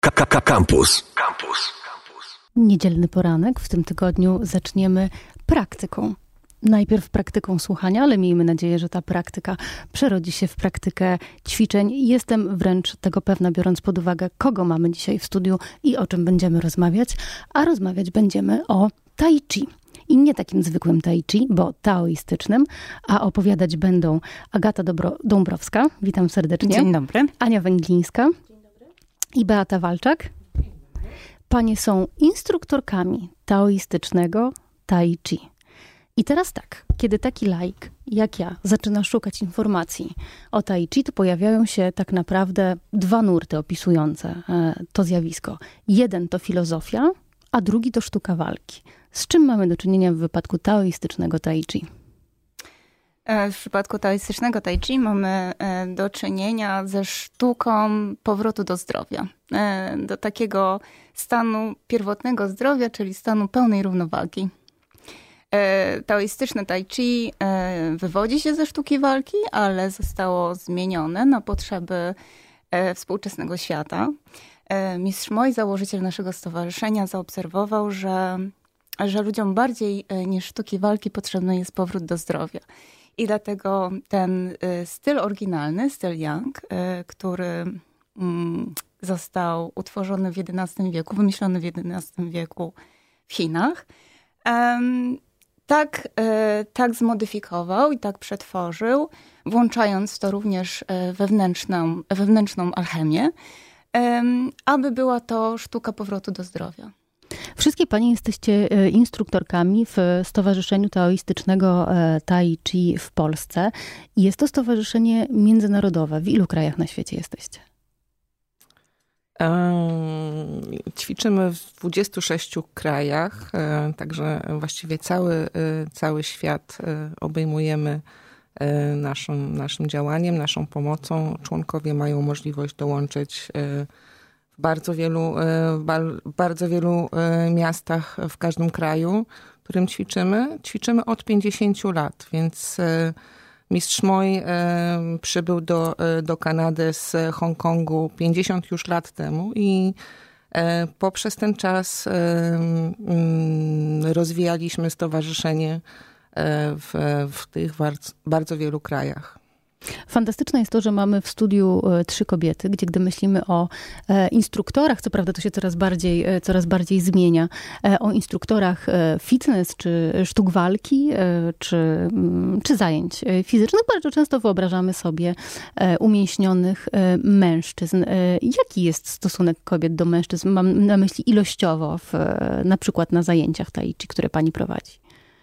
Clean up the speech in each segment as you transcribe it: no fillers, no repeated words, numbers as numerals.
Campus. Niedzielny poranek w tym tygodniu zaczniemy praktyką. Najpierw praktyką słuchania, ale miejmy nadzieję, że ta praktyka przerodzi się w praktykę ćwiczeń. Jestem wręcz tego pewna, biorąc pod uwagę, kogo mamy dzisiaj w studiu i o czym będziemy rozmawiać. A rozmawiać będziemy o tai chi. I nie takim zwykłym tai chi, bo taoistycznym, a opowiadać będą Agata Dąbrowska. Witam serdecznie. Dzień dobry. Ania Węglińska. Dzień dobry. I Beata Walczak. Panie są instruktorkami taoistycznego tai chi. I teraz tak, kiedy taki laik jak ja zaczyna szukać informacji o tai chi, to pojawiają się tak naprawdę dwa nurty opisujące to zjawisko. Jeden to filozofia, a drugi to sztuka walki. Z czym mamy do czynienia w wypadku taoistycznego tai chi? W przypadku taoistycznego tai chi mamy do czynienia ze sztuką powrotu do zdrowia. Do takiego stanu pierwotnego zdrowia, czyli stanu pełnej równowagi. Taoistyczne tai chi wywodzi się ze sztuki walki, ale zostało zmienione na potrzeby współczesnego świata. Mistrz Moi, założyciel naszego stowarzyszenia, zaobserwował, że ludziom bardziej niż sztuki walki potrzebny jest powrót do zdrowia. I dlatego ten styl oryginalny, styl Yang, który został utworzony w XI wieku, wymyślony w XI wieku w Chinach, tak zmodyfikował i tak przetworzył, włączając w to również wewnętrzną alchemię, aby była to sztuka powrotu do zdrowia. Wszystkie panie jesteście instruktorkami w Stowarzyszeniu Taoistycznego Tai Chi w Polsce. I jest to stowarzyszenie międzynarodowe. W ilu krajach na świecie jesteście? Ćwiczymy w 26 krajach, także właściwie cały świat obejmujemy naszym działaniem, naszą pomocą. Członkowie mają możliwość dołączyć w bardzo wielu miastach w każdym kraju, w którym ćwiczymy. Ćwiczymy od 50 lat, więc mistrz Moi przybył do Kanady z Hongkongu 50 już lat temu i poprzez ten czas rozwijaliśmy stowarzyszenie w tych bardzo wielu krajach. Fantastyczne jest to, że mamy w studiu 3 kobiety, gdy myślimy o instruktorach, co prawda to się coraz bardziej zmienia, o instruktorach fitness, czy sztuk walki, czy zajęć fizycznych. Bardzo często wyobrażamy sobie umięśnionych mężczyzn. Jaki jest stosunek kobiet do mężczyzn? Mam na myśli ilościowo, na przykład na zajęciach tai chi, które pani prowadzi.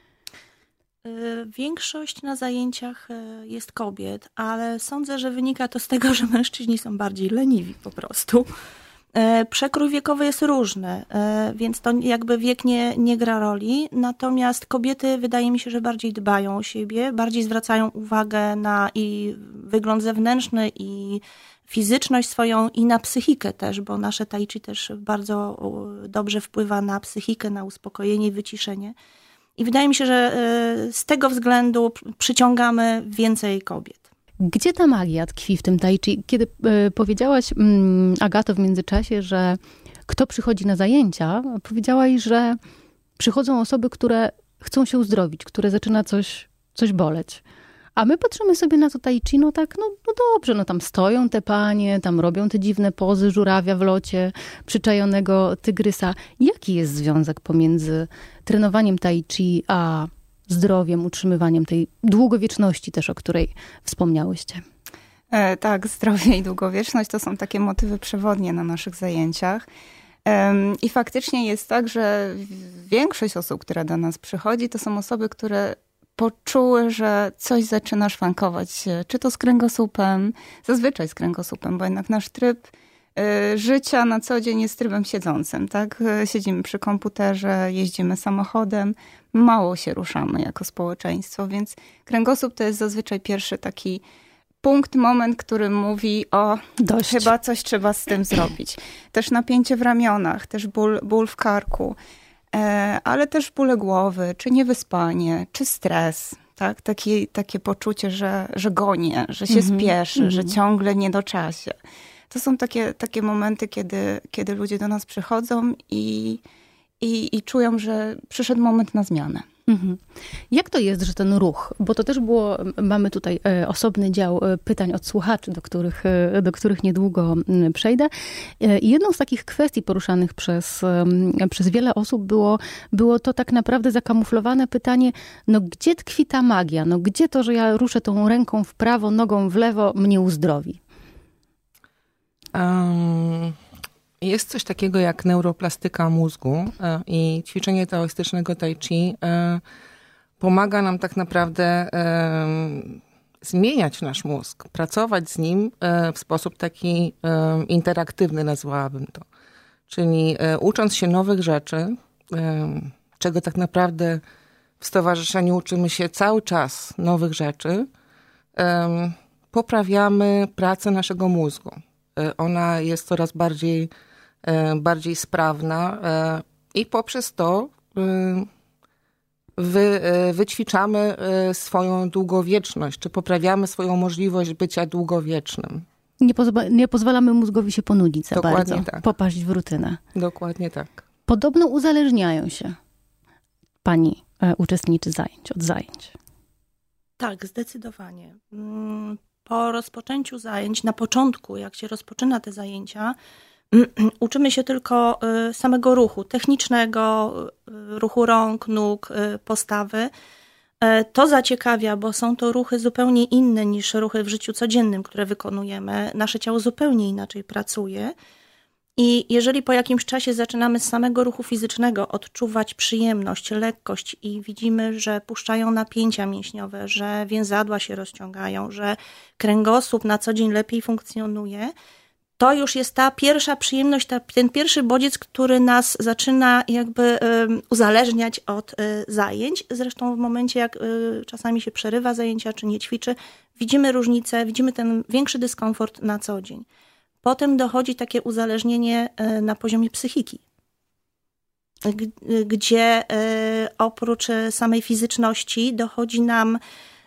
Większość na zajęciach jest kobiet, ale sądzę, że wynika to z tego, że mężczyźni są bardziej leniwi po prostu. Przekrój wiekowy jest różny, więc to jakby wiek nie gra roli. Natomiast kobiety, wydaje mi się, że bardziej dbają o siebie, bardziej zwracają uwagę na i wygląd zewnętrzny, i fizyczność swoją, i na psychikę też, bo nasze tai chi też bardzo dobrze wpływa na psychikę, na uspokojenie i wyciszenie. I wydaje mi się, że z tego względu przyciągamy więcej kobiet. Gdzie ta magia tkwi w tym tai chi? Kiedy powiedziałaś, Agato, w międzyczasie, że kto przychodzi na zajęcia, powiedziałaś, że przychodzą osoby, które chcą się uzdrowić, które zaczyna coś boleć. A my patrzymy sobie na to tai chi, no dobrze, tam stoją te panie, tam robią te dziwne pozy żurawia w locie, przyczajonego tygrysa. Jaki jest związek pomiędzy trenowaniem tai chi a zdrowiem, utrzymywaniem tej długowieczności też, o której wspomniałyście? Tak, zdrowie i długowieczność to są takie motywy przewodnie na naszych zajęciach. I faktycznie jest tak, że większość osób, która do nas przychodzi, to są osoby, które poczuły, że coś zaczyna szwankować, czy to z kręgosłupem, zazwyczaj z kręgosłupem, bo jednak nasz tryb życia na co dzień jest trybem siedzącym, tak? Siedzimy przy komputerze, jeździmy samochodem, mało się ruszamy jako społeczeństwo, więc kręgosłup to jest zazwyczaj pierwszy taki moment, który mówi dość. Chyba coś trzeba z tym zrobić. Też napięcie w ramionach, też ból w karku, ale też bóle głowy, czy niewyspanie, czy stres. Tak? Takie poczucie, że gonię, że się spieszy, że ciągle nie do czasie. to są takie momenty, kiedy ludzie do nas przychodzą i czują, że przyszedł moment na zmianę. Mhm. Jak to jest, że ten ruch, bo to też było, mamy tutaj osobny dział pytań od słuchaczy, do których niedługo przejdę. I jedną z takich kwestii poruszanych przez wiele osób było to tak naprawdę zakamuflowane pytanie, no gdzie tkwi ta magia? No gdzie to, że ja ruszę tą ręką w prawo, nogą w lewo, mnie uzdrowi? Jest coś takiego jak neuroplastyka mózgu i ćwiczenie taoistycznego tai chi pomaga nam tak naprawdę zmieniać nasz mózg, pracować z nim w sposób taki interaktywny, nazwałabym to. Czyli ucząc się nowych rzeczy, czego tak naprawdę w stowarzyszeniu uczymy się cały czas nowych rzeczy, poprawiamy pracę naszego mózgu. Ona jest coraz bardziej sprawna i poprzez to wyćwiczamy swoją długowieczność, czy poprawiamy swoją możliwość bycia długowiecznym. Nie pozwalamy mózgowi się ponudzić za Dokładnie bardzo, tak. popaść w rutynę. Dokładnie tak. Podobno uzależniają się pani uczestnicy od zajęć. Tak, zdecydowanie. Po rozpoczęciu zajęć, na początku, jak się rozpoczyna te zajęcia, uczymy się tylko samego ruchu technicznego, ruchu rąk, nóg, postawy. To zaciekawia, bo są to ruchy zupełnie inne niż ruchy w życiu codziennym, które wykonujemy. Nasze ciało zupełnie inaczej pracuje. I jeżeli po jakimś czasie zaczynamy z samego ruchu fizycznego odczuwać przyjemność, lekkość i widzimy, że puszczają napięcia mięśniowe, że więzadła się rozciągają, że kręgosłup na co dzień lepiej funkcjonuje, to już jest ta pierwsza przyjemność, ten pierwszy bodziec, który nas zaczyna jakby uzależniać od zajęć. Zresztą w momencie, jak czasami się przerywa zajęcia, czy nie ćwiczy, widzimy różnicę, widzimy ten większy dyskomfort na co dzień. Potem dochodzi takie uzależnienie na poziomie psychiki, gdzie oprócz samej fizyczności dochodzi nam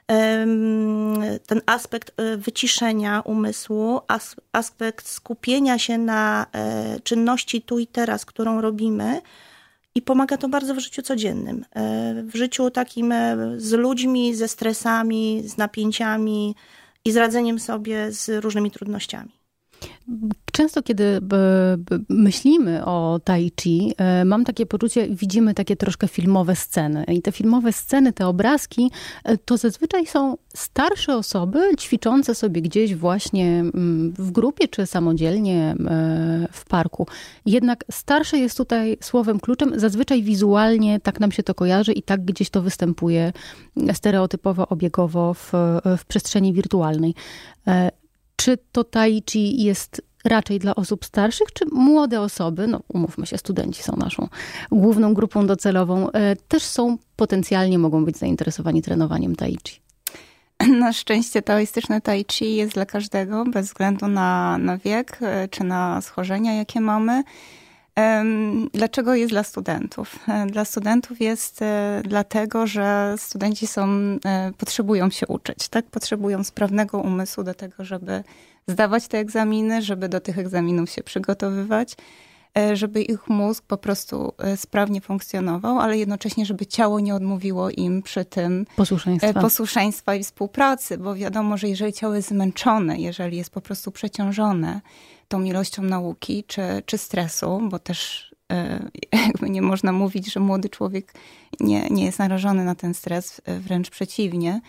ten aspekt wyciszenia umysłu, aspekt skupienia się na czynności tu i teraz, którą robimy, i pomaga to bardzo w życiu codziennym. W życiu takim z ludźmi, ze stresami, z napięciami i z radzeniem sobie z różnymi trudnościami. Często, kiedy myślimy o tai chi, mam takie poczucie, widzimy takie troszkę filmowe sceny. I te filmowe sceny, te obrazki, to zazwyczaj są starsze osoby ćwiczące sobie gdzieś właśnie w grupie, czy samodzielnie w parku. Jednak starsze jest tutaj słowem kluczem. Zazwyczaj wizualnie tak nam się to kojarzy i tak gdzieś to występuje stereotypowo, obiegowo w przestrzeni wirtualnej. Czy to tai chi jest raczej dla osób starszych, czy młode osoby, no umówmy się, studenci są naszą główną grupą docelową, też potencjalnie mogą być zainteresowani trenowaniem tai chi? Na szczęście taoistyczne tai chi jest dla każdego, bez względu na wiek, czy na schorzenia, jakie mamy. Dlaczego jest dla studentów? Dla studentów jest dlatego, że studenci potrzebują się uczyć, tak? Potrzebują sprawnego umysłu do tego, żeby zdawać te egzaminy, żeby do tych egzaminów się przygotowywać, żeby ich mózg po prostu sprawnie funkcjonował, ale jednocześnie, żeby ciało nie odmówiło im przy tym posłuszeństwa i współpracy, bo wiadomo, że jeżeli ciało jest zmęczone, jeżeli jest po prostu przeciążone tą ilością nauki czy stresu, bo też jakby nie można mówić, że młody człowiek nie jest narażony na ten stres, wręcz przeciwnie,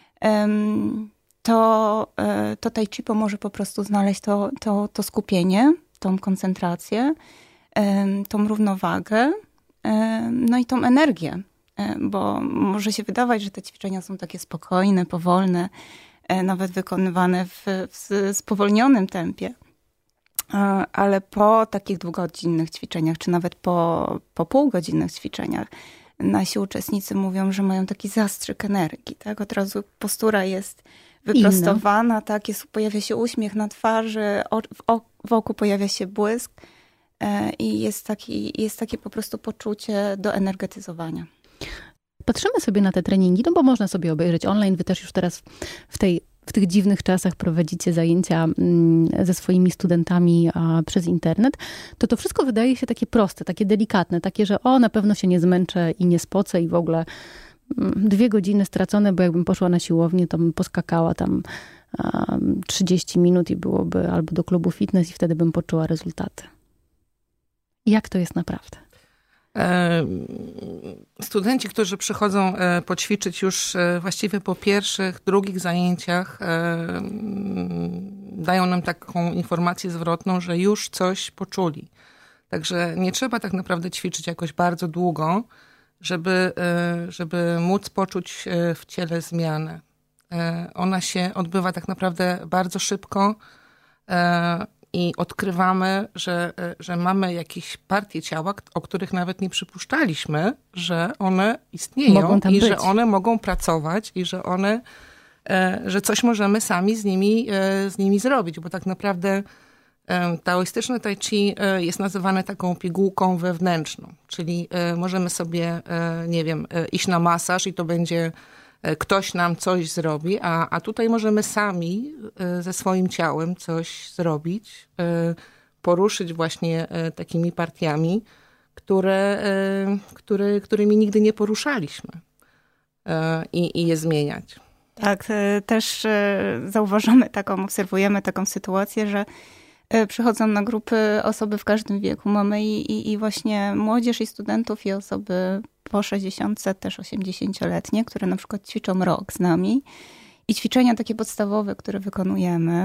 to tai chi pomoże po prostu znaleźć to skupienie, tą koncentrację, tą równowagę, no i tą energię, bo może się wydawać, że te ćwiczenia są takie spokojne, powolne, nawet wykonywane w spowolnionym tempie. Ale po takich długogodzinnych ćwiczeniach, czy nawet po półgodzinnych ćwiczeniach, nasi uczestnicy mówią, że mają taki zastrzyk energii, tak? Od razu postura jest wyprostowana, tak? Pojawia się uśmiech na twarzy, wokół pojawia się błysk i jest takie po prostu poczucie do energetyzowania. Patrzymy sobie na te treningi, no bo można sobie obejrzeć online. Wy też już teraz w tej w tych dziwnych czasach prowadzicie zajęcia ze swoimi studentami przez internet, to wszystko wydaje się takie proste, takie delikatne, takie, że na pewno się nie zmęczę i nie spocę i w ogóle 2 godziny stracone, bo jakbym poszła na siłownię, to bym poskakała tam 30 minut i byłoby albo do klubu fitness i wtedy bym poczuła rezultaty. Jak to jest naprawdę? Studenci, którzy przychodzą poćwiczyć już właściwie po pierwszych, drugich zajęciach, dają nam taką informację zwrotną, że już coś poczuli. Także nie trzeba tak naprawdę ćwiczyć jakoś bardzo długo, żeby móc poczuć w ciele zmianę. Ona się odbywa tak naprawdę bardzo szybko i odkrywamy, że mamy jakieś partie ciała, o których nawet nie przypuszczaliśmy, że one istnieją i że one mogą pracować i że coś możemy sami z nimi zrobić, bo tak naprawdę taoistyczne tai chi jest nazywane taką pigułką wewnętrzną, czyli możemy sobie, nie wiem, iść na masaż i to będzie ktoś nam coś zrobi, a tutaj możemy sami ze swoim ciałem coś zrobić, poruszyć właśnie takimi partiami, którymi nigdy nie poruszaliśmy i je zmieniać. Tak, też obserwujemy taką sytuację, że przychodzą na grupy osoby w każdym wieku. Mamy i właśnie młodzież i studentów i osoby po 60, też 80-letnie, które na przykład ćwiczą rok z nami. I ćwiczenia takie podstawowe, które wykonujemy,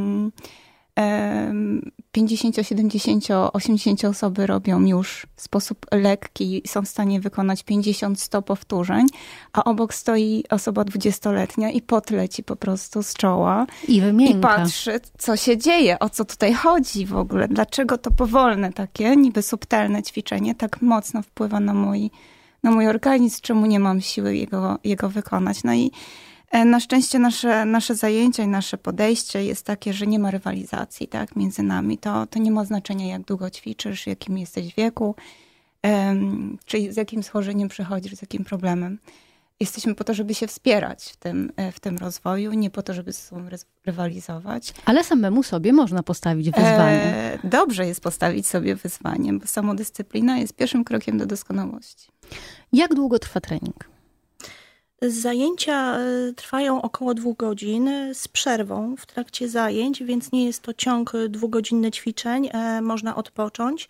50, 70, 80 osoby robią już w sposób lekki, są w stanie wykonać 50-100 powtórzeń, a obok stoi osoba 20-letnia i pot leci po prostu z czoła. I wymienka. I patrzy, co się dzieje, o co tutaj chodzi w ogóle, dlaczego to powolne takie, niby subtelne ćwiczenie tak mocno wpływa na mój organizm, czemu nie mam siły jego wykonać. No i na szczęście nasze zajęcia i nasze podejście jest takie, że nie ma rywalizacji, tak, między nami. To nie ma znaczenia, jak długo ćwiczysz, w jakim jesteś wieku, czy z jakim schorzeniem przychodzisz, z jakim problemem. Jesteśmy po to, żeby się wspierać w tym rozwoju, nie po to, żeby ze sobą rywalizować. Ale samemu sobie można postawić wyzwanie. Dobrze jest postawić sobie wyzwanie, bo samodyscyplina jest pierwszym krokiem do doskonałości. Jak długo trwa trening? Zajęcia trwają około 2 godzin z przerwą w trakcie zajęć, więc nie jest to ciąg 2-godzinny ćwiczeń. Można odpocząć.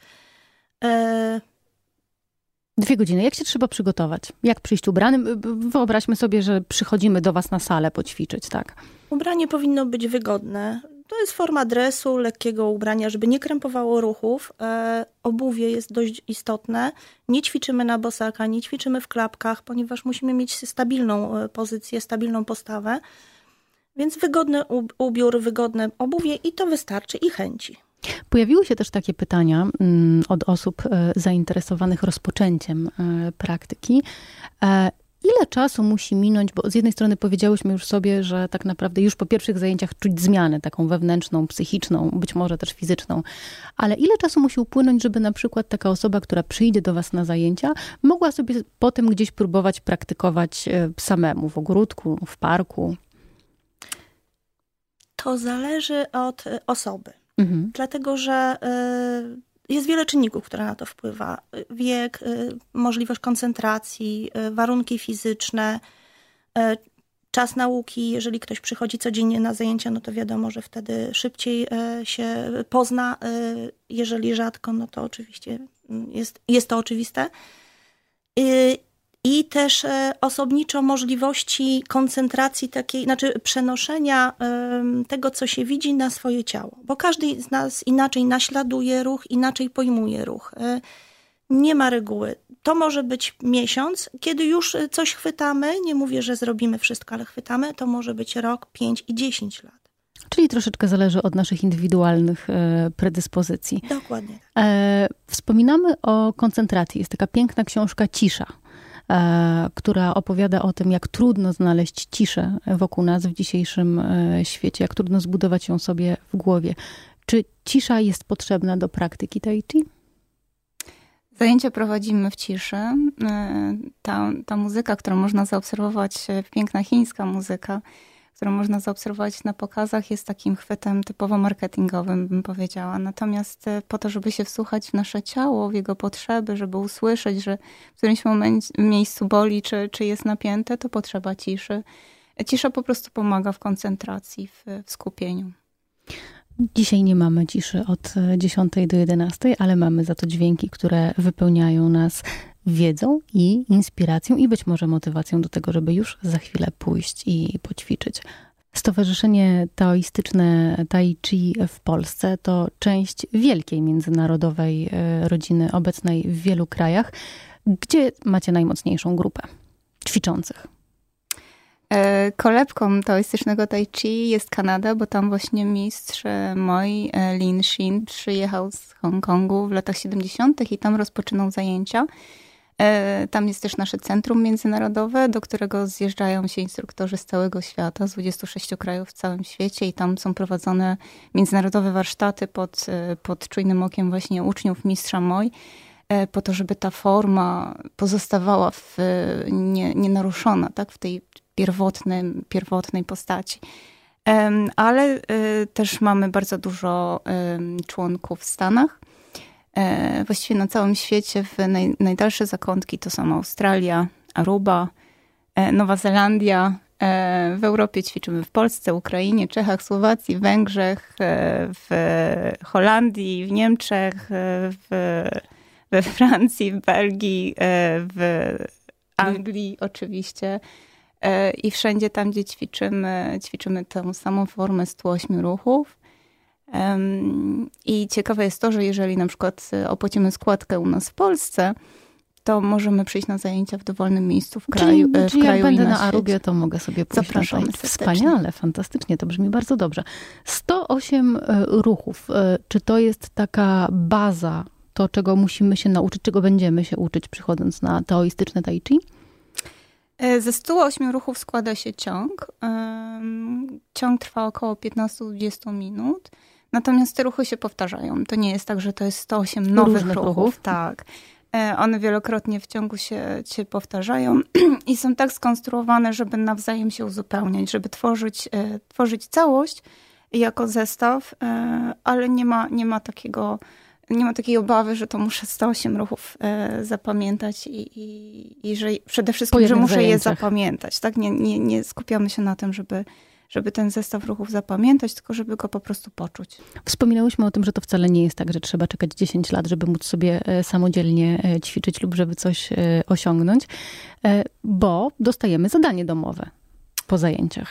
2 godziny. Jak się trzeba przygotować? Jak przyjść ubranym? Wyobraźmy sobie, że przychodzimy do was na salę poćwiczyć, tak? Ubranie powinno być wygodne. To jest forma dresu, lekkiego ubrania, żeby nie krępowało ruchów. Obuwie jest dość istotne. Nie ćwiczymy na bosaka, nie ćwiczymy w klapkach, ponieważ musimy mieć stabilną pozycję, stabilną postawę. Więc wygodny ubiór, wygodne obuwie i to wystarczy i chęci. Pojawiły się też takie pytania od osób zainteresowanych rozpoczęciem praktyki. Ile czasu musi minąć, bo z jednej strony powiedziałyśmy już sobie, że tak naprawdę już po pierwszych zajęciach czuć zmianę taką wewnętrzną, psychiczną, być może też fizyczną, ale ile czasu musi upłynąć, żeby na przykład taka osoba, która przyjdzie do was na zajęcia, mogła sobie potem gdzieś próbować praktykować samemu, w ogródku, w parku? To zależy od osoby. Dlatego, że jest wiele czynników, które na to wpływa. Wiek, możliwość koncentracji, warunki fizyczne, czas nauki. Jeżeli ktoś przychodzi codziennie na zajęcia, no to wiadomo, że wtedy szybciej się pozna. Jeżeli rzadko, no to oczywiście jest to oczywiste. I też osobniczo możliwości koncentracji takiej, znaczy przenoszenia tego, co się widzi, na swoje ciało. Bo każdy z nas inaczej naśladuje ruch, inaczej pojmuje ruch. Nie ma reguły. To może być miesiąc, kiedy już coś chwytamy. Nie mówię, że zrobimy wszystko, ale chwytamy. To może być rok, 5 i 10 lat. Czyli troszeczkę zależy od naszych indywidualnych predyspozycji. Dokładnie. Wspominamy o koncentracji. Jest taka piękna książka Cisza, która opowiada o tym, jak trudno znaleźć ciszę wokół nas w dzisiejszym świecie, jak trudno zbudować ją sobie w głowie. Czy cisza jest potrzebna do praktyki tai chi? Zajęcia prowadzimy w ciszy. Ta muzyka, którą można zaobserwować, piękna chińska muzyka, którą można zaobserwować na pokazach, jest takim chwytem typowo marketingowym, bym powiedziała. Natomiast po to, żeby się wsłuchać w nasze ciało, w jego potrzeby, żeby usłyszeć, że w którymś miejscu boli, czy jest napięte, to potrzeba ciszy. Cisza po prostu pomaga w koncentracji, w skupieniu. Dzisiaj nie mamy ciszy od 10 do 11, ale mamy za to dźwięki, które wypełniają nas wiedzą i inspiracją i być może motywacją do tego, żeby już za chwilę pójść i poćwiczyć. Stowarzyszenie taoistyczne Tai Chi w Polsce to część wielkiej międzynarodowej rodziny obecnej w wielu krajach. Gdzie macie najmocniejszą grupę ćwiczących? Kolebką taoistycznego Tai Chi jest Kanada, bo tam właśnie mistrz Moi Lin Shin przyjechał z Hongkongu w latach 70. i tam rozpoczynał zajęcia. Tam jest też nasze centrum międzynarodowe, do którego zjeżdżają się instruktorzy z całego świata, z 26 krajów w całym świecie i tam są prowadzone międzynarodowe warsztaty pod czujnym okiem właśnie uczniów mistrza Moi, po to, żeby ta forma pozostawała nienaruszona, tak, w tej pierwotnej postaci. Ale też mamy bardzo dużo członków w Stanach. Właściwie na całym świecie najdalsze zakątki to są Australia, Aruba, Nowa Zelandia. W Europie ćwiczymy w Polsce, Ukrainie, Czechach, Słowacji, Węgrzech, w Holandii, w Niemczech, we Francji, w Belgii, w Anglii oczywiście. I wszędzie tam, gdzie ćwiczymy tę samą formę 108 ruchów. I ciekawe jest to, że jeżeli na przykład opłacimy składkę u nas w Polsce, to możemy przyjść na zajęcia w dowolnym miejscu w kraju. Czyli jak będę na Arubie, to mogę sobie pójść. Zapraszamy serdecznie. Wspaniale, fantastycznie, to brzmi bardzo dobrze. 108 ruchów, czy to jest taka baza, to czego musimy się nauczyć, czego będziemy się uczyć przychodząc na taoistyczne Tai Chi? Ze 108 ruchów składa się ciąg. Ciąg trwa około 15-20 minut. Natomiast te ruchy się powtarzają. To nie jest tak, że to jest 108 nowych ruchów. Tak. One wielokrotnie w ciągu się powtarzają i są tak skonstruowane, żeby nawzajem się uzupełniać, żeby tworzyć całość jako zestaw, ale nie ma takiej obawy, że to muszę 108 ruchów zapamiętać i że przede wszystkim, że muszę je zapamiętać. Tak? Nie skupiamy się na tym, żeby ten zestaw ruchów zapamiętać, tylko żeby go po prostu poczuć. Wspominałyśmy o tym, że to wcale nie jest tak, że trzeba czekać 10 lat, żeby móc sobie samodzielnie ćwiczyć lub żeby coś osiągnąć, bo dostajemy zadanie domowe po zajęciach.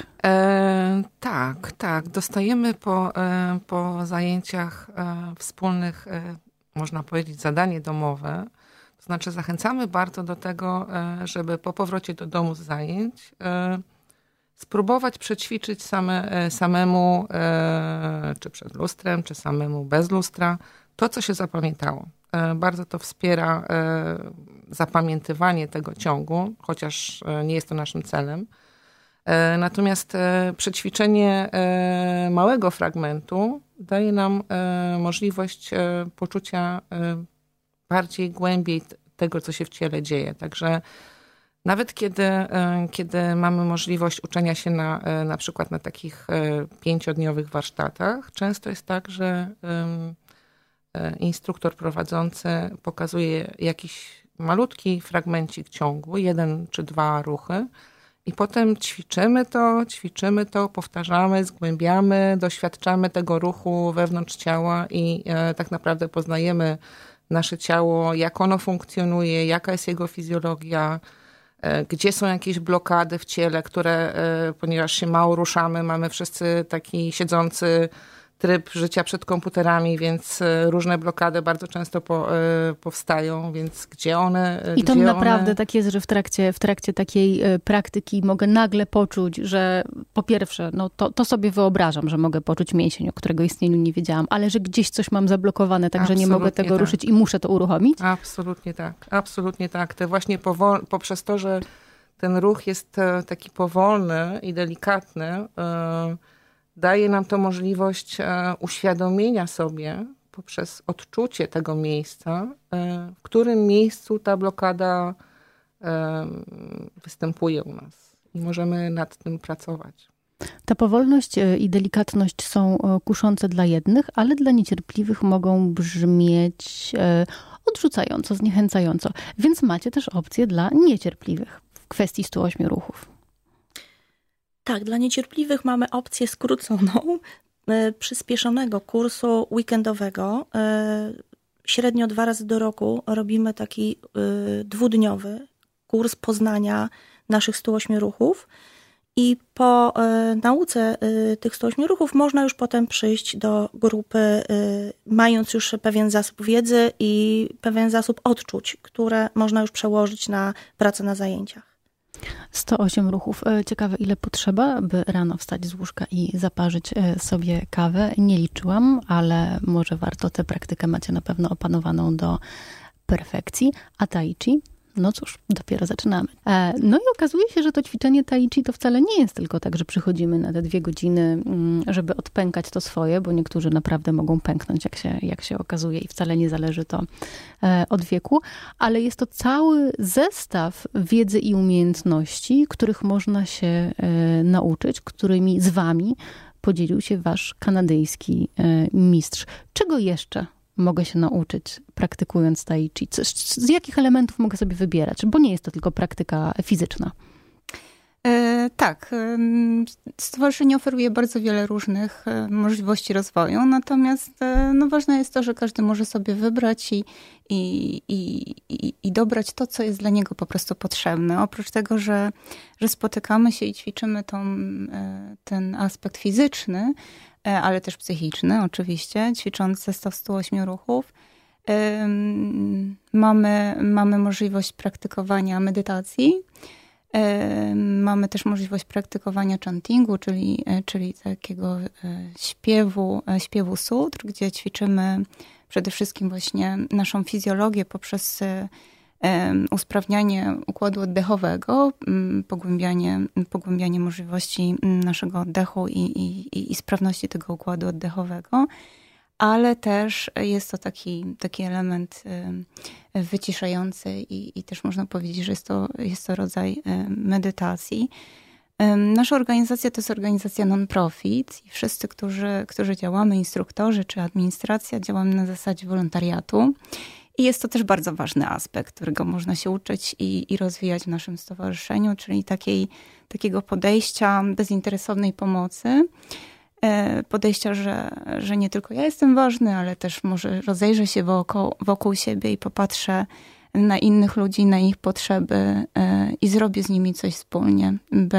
Tak. Dostajemy po zajęciach wspólnych, można powiedzieć, zadanie domowe. To znaczy zachęcamy bardzo do tego, żeby po powrocie do domu z zajęć spróbować przećwiczyć samemu, czy przed lustrem, czy samemu bez lustra, to, co się zapamiętało. Bardzo to wspiera zapamiętywanie tego ciągu, chociaż nie jest to naszym celem. Natomiast przećwiczenie małego fragmentu daje nam możliwość poczucia bardziej głębiej tego, co się w ciele dzieje. Także nawet kiedy mamy możliwość uczenia się na przykład na takich 5-dniowych warsztatach, często jest tak, że instruktor prowadzący pokazuje jakiś malutki fragmencik ciągu, 1 czy 2 ruchy, i potem ćwiczymy to, powtarzamy, zgłębiamy, doświadczamy tego ruchu wewnątrz ciała i tak naprawdę poznajemy nasze ciało, jak ono funkcjonuje, jaka jest jego fizjologia, gdzie są jakieś blokady w ciele, które, ponieważ się mało ruszamy, mamy wszyscy taki siedzący tryb życia przed komputerami, więc różne blokady bardzo często powstają, więc gdzie one... I to naprawdę tak jest, że w trakcie takiej praktyki mogę nagle poczuć, że po pierwsze, no to sobie wyobrażam, że mogę poczuć mięsień, o którego istnieniu nie wiedziałam, ale że gdzieś coś mam zablokowane, tak, że nie mogę tego ruszyć i muszę to uruchomić? Absolutnie tak. Te właśnie poprzez to, że ten ruch jest taki powolny i delikatny, daje nam to możliwość uświadomienia sobie poprzez odczucie tego miejsca, w którym miejscu ta blokada występuje u nas. I możemy nad tym pracować. Ta powolność i delikatność są kuszące dla jednych, ale dla niecierpliwych mogą brzmieć odrzucająco, zniechęcająco. Więc macie też opcję dla niecierpliwych w kwestii 108 ruchów. Tak, dla niecierpliwych mamy opcję skróconą, przyspieszonego kursu weekendowego. Średnio 2 razy do roku robimy taki 2-dniowy kurs poznania naszych 108 ruchów. I po nauce tych 108 ruchów można już potem przyjść do grupy, mając już pewien zasób wiedzy i pewien zasób odczuć, które można już przełożyć na pracę na zajęciach. 108 ruchów. Ciekawe, ile potrzeba, by rano wstać z łóżka i zaparzyć sobie kawę. Nie liczyłam, ale może warto. Tę praktykę macie na pewno opanowaną do perfekcji. A tai chi? No cóż, dopiero zaczynamy. No i okazuje się, że to ćwiczenie tai chi to wcale nie jest tylko tak, że przychodzimy na te 2 godziny, żeby odpękać to swoje, bo niektórzy naprawdę mogą pęknąć, jak się okazuje, i wcale nie zależy to od wieku, ale jest to cały zestaw wiedzy i umiejętności, których można się nauczyć, którymi z wami podzielił się wasz kanadyjski mistrz. Czego jeszcze mogę się nauczyć, praktykując tai chi? Z jakich elementów mogę sobie wybierać? Bo nie jest to tylko praktyka fizyczna. Tak. Stowarzyszenie oferuje bardzo wiele różnych możliwości rozwoju, natomiast ważne jest to, że każdy może sobie wybrać i dobrać to, co jest dla niego po prostu potrzebne. Oprócz tego, że spotykamy się i ćwiczymy ten aspekt fizyczny, ale też psychiczny oczywiście, ćwicząc zestaw 108 ruchów. Mamy możliwość praktykowania medytacji, mamy też możliwość praktykowania chantingu, czyli takiego śpiewu sutr, gdzie ćwiczymy przede wszystkim właśnie naszą fizjologię poprzez usprawnianie układu oddechowego, pogłębianie możliwości naszego oddechu i sprawności tego układu oddechowego, ale też jest to taki element wyciszający i też można powiedzieć, że jest to rodzaj medytacji. Nasza organizacja to jest organizacja non-profit i wszyscy, którzy działamy, instruktorzy czy administracja, działamy na zasadzie wolontariatu. I jest to też bardzo ważny aspekt, którego można się uczyć i rozwijać w naszym stowarzyszeniu, czyli takiego podejścia bezinteresownej pomocy, podejścia, że nie tylko ja jestem ważny, ale też może rozejrzę się wokół siebie i popatrzę na innych ludzi, na ich potrzeby i zrobię z nimi coś wspólnie,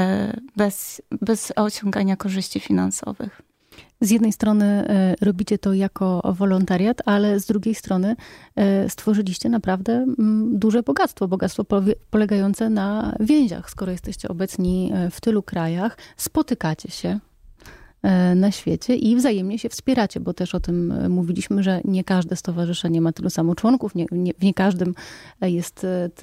bez osiągania korzyści finansowych. Z jednej strony robicie to jako wolontariat, ale z drugiej strony stworzyliście naprawdę duże bogactwo polegające na więziach. Skoro jesteście obecni w tylu krajach, spotykacie się na świecie i wzajemnie się wspieracie, bo też o tym mówiliśmy, że nie każde stowarzyszenie ma tylu samo członków, w nie każdym jest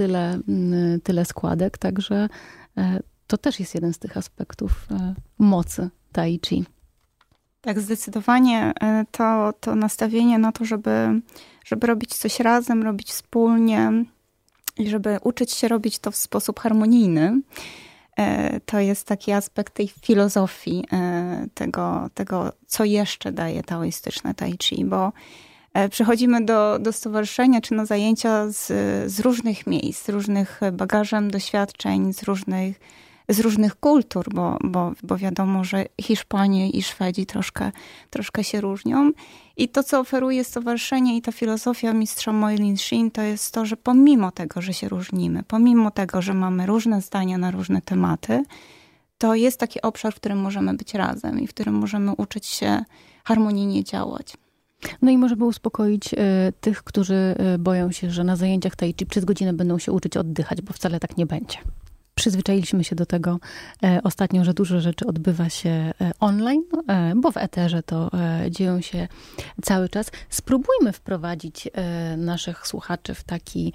tyle składek, także to też jest jeden z tych aspektów mocy tai chi. Tak, zdecydowanie to nastawienie na to, żeby robić coś razem, robić wspólnie i żeby uczyć się robić to w sposób harmonijny. To jest taki aspekt tej filozofii, tego co jeszcze daje taoistyczne tai chi, bo przychodzimy do stowarzyszenia czy na zajęcia z różnych miejsc, z różnych bagażem doświadczeń, z różnych kultur, bo wiadomo, że Hiszpanie i Szwedzi troszkę się różnią. I to, co oferuje stowarzyszenie i ta filozofia mistrza Moy Lin Shin, to jest to, że pomimo tego, że się różnimy, pomimo tego, że mamy różne zdania na różne tematy, to jest taki obszar, w którym możemy być razem i w którym możemy uczyć się harmonijnie działać. No i możemy uspokoić tych, którzy boją się, że na zajęciach tai chi przez godzinę będą się uczyć oddychać, bo wcale tak nie będzie. Przyzwyczailiśmy się do tego ostatnio, że dużo rzeczy odbywa się online, bo w eterze to dzieją się cały czas. Spróbujmy wprowadzić naszych słuchaczy w taki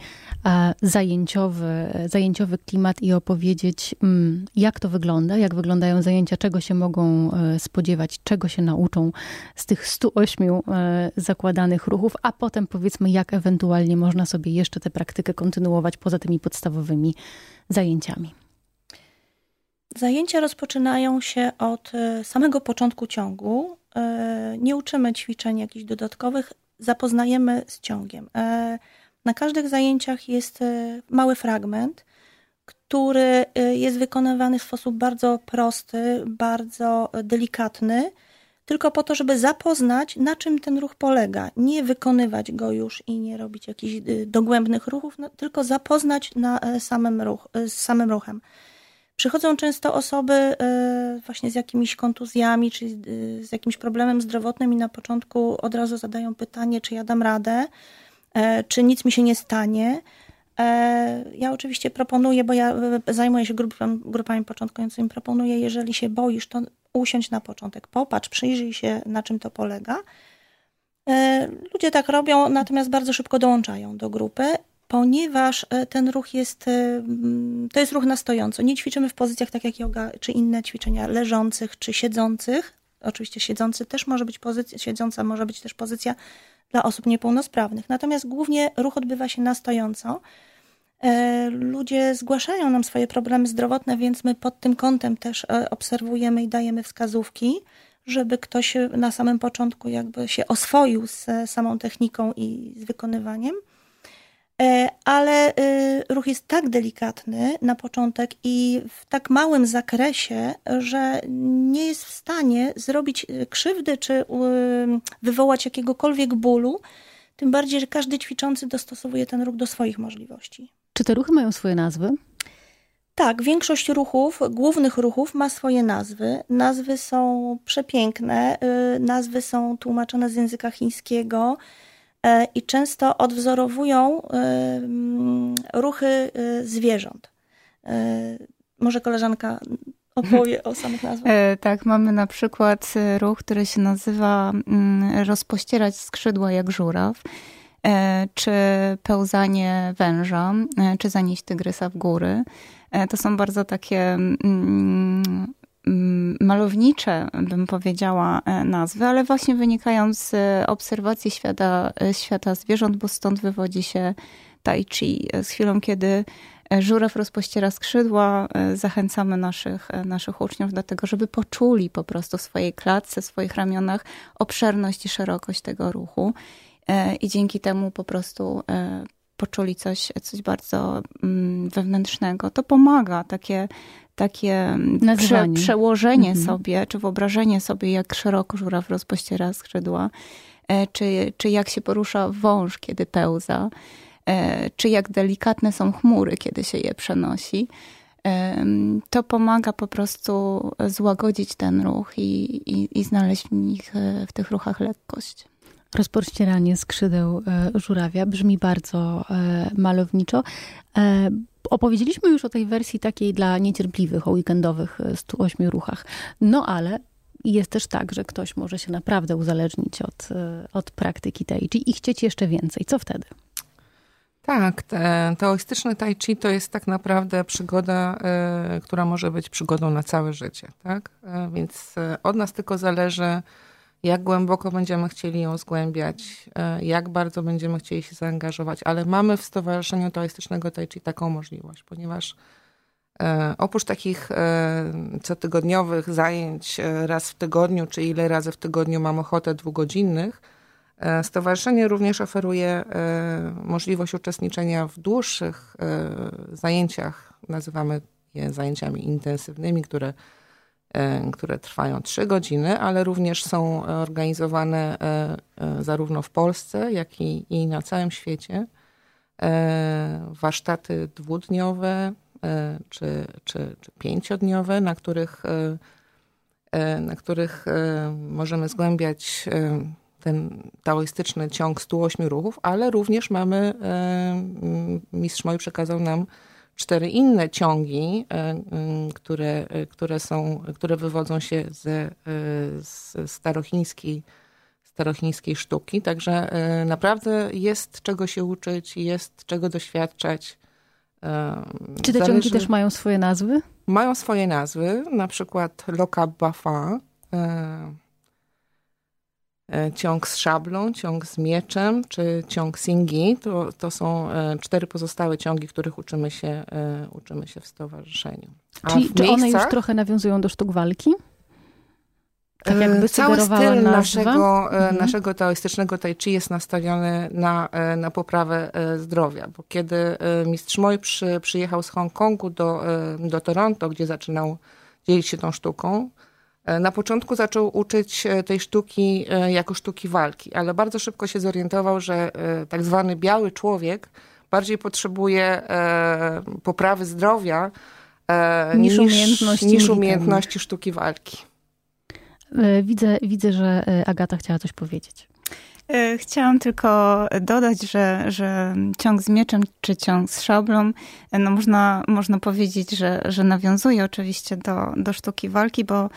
zajęciowy klimat i opowiedzieć, jak to wygląda, jak wyglądają zajęcia, czego się mogą spodziewać, czego się nauczą z tych 108 zakładanych ruchów, a potem powiedzmy, jak ewentualnie można sobie jeszcze tę praktykę kontynuować poza tymi podstawowymi zajęciami. Zajęcia rozpoczynają się od samego początku ciągu. Nie uczymy ćwiczeń jakichś dodatkowych, zapoznajemy z ciągiem. Na każdych zajęciach jest mały fragment, który jest wykonywany w sposób bardzo prosty, bardzo delikatny, tylko po to, żeby zapoznać, na czym ten ruch polega. Nie wykonywać go już i nie robić jakichś dogłębnych ruchów, tylko zapoznać z samym ruchem. Przychodzą często osoby właśnie z jakimiś kontuzjami, czy z jakimś problemem zdrowotnym i na początku od razu zadają pytanie, czy ja dam radę, czy nic mi się nie stanie. Ja oczywiście proponuję, bo ja zajmuję się grupami początkującymi, proponuję, jeżeli się boisz, to usiądź na początek, popatrz, przyjrzyj się, na czym to polega. Ludzie tak robią, natomiast bardzo szybko dołączają do grupy, ponieważ ten ruch to jest ruch na stojąco. Nie ćwiczymy w pozycjach tak jak joga, czy inne ćwiczenia leżących, czy siedzących. Oczywiście siedząca może być też pozycja dla osób niepełnosprawnych. Natomiast głównie ruch odbywa się na stojąco. Ludzie zgłaszają nam swoje problemy zdrowotne, więc my pod tym kątem też obserwujemy i dajemy wskazówki, żeby ktoś na samym początku jakby się oswoił z samą techniką i z wykonywaniem. Ale ruch jest tak delikatny na początek i w tak małym zakresie, że nie jest w stanie zrobić krzywdy czy wywołać jakiegokolwiek bólu, tym bardziej, że każdy ćwiczący dostosowuje ten ruch do swoich możliwości. Czy te ruchy mają swoje nazwy? Tak, większość ruchów, głównych ruchów ma swoje nazwy. Nazwy są przepiękne, nazwy są tłumaczone z języka chińskiego i często odwzorowują ruchy zwierząt. Może koleżanka opowie o samych nazwach. Tak, mamy na przykład ruch, który się nazywa rozpościerać skrzydła jak żuraw, czy pełzanie węża, czy zanieść tygrysa w góry. To są bardzo takie malownicze, bym powiedziała, nazwy, ale właśnie wynikają z obserwacji świata zwierząt, bo stąd wywodzi się tai chi. Z chwilą, kiedy żuraw rozpościera skrzydła, zachęcamy naszych uczniów do tego, żeby poczuli po prostu w swojej klatce, w swoich ramionach obszerność i szerokość tego ruchu i dzięki temu po prostu poczuli coś bardzo wewnętrznego. To pomaga, takie przełożenie sobie, czy wyobrażenie sobie, jak szeroko żuraw rozpościera skrzydła, czy jak się porusza wąż, kiedy pełza, czy jak delikatne są chmury, kiedy się je przenosi. To pomaga po prostu złagodzić ten ruch i znaleźć w tych ruchach lekkość. Rozpościeranie skrzydeł żurawia brzmi bardzo malowniczo. Opowiedzieliśmy już o tej wersji takiej dla niecierpliwych, o weekendowych 108 ruchach. No ale jest też tak, że ktoś może się naprawdę uzależnić od praktyki tai chi i chcieć jeszcze więcej. Co wtedy? Tak, taoistyczne tai chi to jest tak naprawdę przygoda, która może być przygodą na całe życie. Tak? Więc od nas tylko zależy, jak głęboko będziemy chcieli ją zgłębiać, jak bardzo będziemy chcieli się zaangażować, ale mamy w Stowarzyszeniu Taoistycznego Tai Chi taką możliwość, ponieważ oprócz takich cotygodniowych zajęć raz w tygodniu, czy ile razy w tygodniu mam ochotę 2-godzinnych, stowarzyszenie również oferuje możliwość uczestniczenia w dłuższych zajęciach, nazywamy je zajęciami intensywnymi, które trwają 3 godziny, ale również są organizowane zarówno w Polsce, jak i na całym świecie. Warsztaty 2-dniowe czy 5-dniowe, na których możemy zgłębiać ten taoistyczny ciąg 108 ruchów, ale również mistrz Moi przekazał nam 4 inne ciągi, które wywodzą się ze starochińskiej sztuki. Także naprawdę jest czego się uczyć, jest czego doświadczać. Czy te ciągi też mają swoje nazwy? Mają swoje nazwy, na przykład Loka Bafa. ciąg z szablą, ciąg z mieczem, czy ciąg singi. To są 4 pozostałe ciągi, których uczymy się w stowarzyszeniu. Czy one już trochę nawiązują do sztuk walki? Tak jakby cały styl naszego taoistycznego tai chi jest nastawiony na poprawę zdrowia, bo kiedy mistrz Moi przyjechał z Hongkongu do Toronto, gdzie zaczynał dzielić się tą sztuką, na początku zaczął uczyć tej sztuki jako sztuki walki, ale bardzo szybko się zorientował, że tak zwany biały człowiek bardziej potrzebuje poprawy zdrowia niż umiejętności sztuki walki. Widzę, że Agata chciała coś powiedzieć. Chciałam tylko dodać, że ciąg z mieczem czy ciąg z szablą, no można powiedzieć, że nawiązuje oczywiście do sztuki walki, bo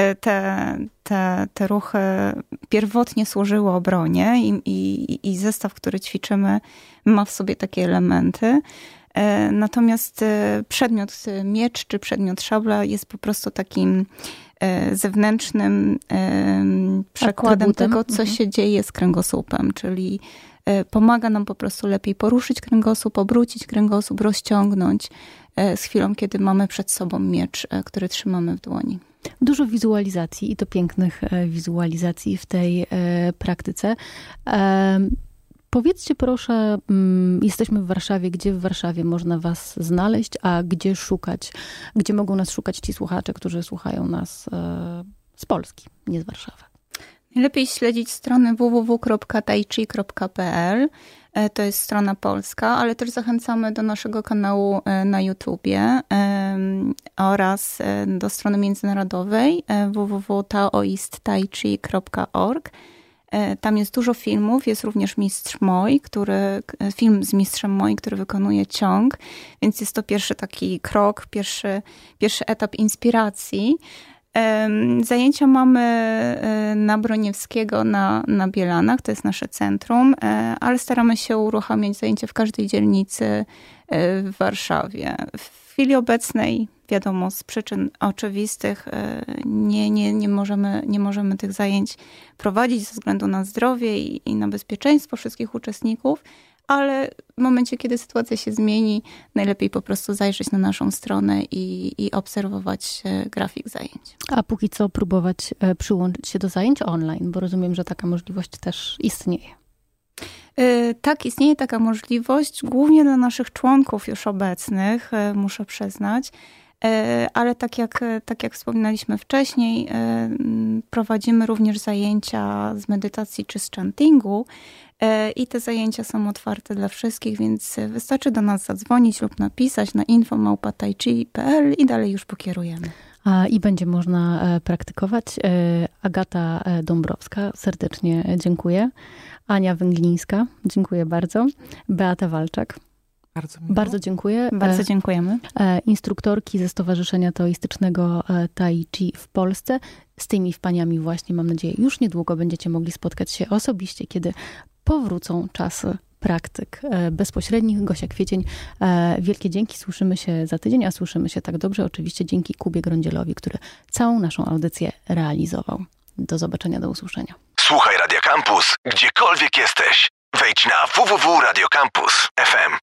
te ruchy pierwotnie służyły obronie i zestaw, który ćwiczymy, ma w sobie takie elementy. Natomiast przedmiot miecz czy przedmiot szabla jest po prostu takim zewnętrznym przekładem tego, co się dzieje z kręgosłupem, czyli pomaga nam po prostu lepiej poruszyć kręgosłup, obrócić kręgosłup, rozciągnąć z chwilą, kiedy mamy przed sobą miecz, który trzymamy w dłoni. Dużo wizualizacji i to pięknych wizualizacji w tej praktyce. Powiedzcie proszę, jesteśmy w Warszawie, gdzie w Warszawie można was znaleźć, a gdzie szukać, gdzie mogą nas szukać ci słuchacze, którzy słuchają nas z Polski, nie z Warszawy? Najlepiej śledzić stronę www.taichi.pl. To jest strona polska, ale też zachęcamy do naszego kanału na YouTubie oraz do strony międzynarodowej www.taoisttaichi.org. Tam jest dużo filmów, jest również mistrz Moi, film z mistrzem Moi, który wykonuje ciąg, więc jest to pierwszy taki krok, pierwszy etap inspiracji. Zajęcia mamy na Broniewskiego na Bielanach, to jest nasze centrum, ale staramy się uruchamiać zajęcia w każdej dzielnicy w Warszawie. W chwili obecnej, wiadomo, z przyczyn oczywistych nie możemy tych zajęć prowadzić ze względu na zdrowie i na bezpieczeństwo wszystkich uczestników, ale w momencie, kiedy sytuacja się zmieni, najlepiej po prostu zajrzeć na naszą stronę i obserwować grafik zajęć. A póki co próbować przyłączyć się do zajęć online, bo rozumiem, że taka możliwość też istnieje. Tak, istnieje taka możliwość, głównie dla naszych członków już obecnych, muszę przyznać. Ale tak jak wspominaliśmy wcześniej, prowadzimy również zajęcia z medytacji czy z chantingu i te zajęcia są otwarte dla wszystkich, więc wystarczy do nas zadzwonić lub napisać na info@taichi.pl i dalej już pokierujemy. I będzie można praktykować. Agata Dąbrowska, serdecznie dziękuję. Ania Węglińska, dziękuję bardzo. Beata Walczak. Bardzo dziękuję. Bardzo dziękujemy. Instruktorki ze Stowarzyszenia Taoistycznego Tai Chi w Polsce. Z tymi paniami właśnie, mam nadzieję, już niedługo będziecie mogli spotkać się osobiście, kiedy powrócą czasy praktyk bezpośrednich. Gosia Kwiecień, wielkie dzięki. Słyszymy się za tydzień, a słyszymy się tak dobrze oczywiście dzięki Kubie Grądzielowiczowi, który całą naszą audycję realizował. Do zobaczenia, do usłyszenia. Słuchaj Radia Campus, gdziekolwiek jesteś. Wejdź na www.radiocampus.fm.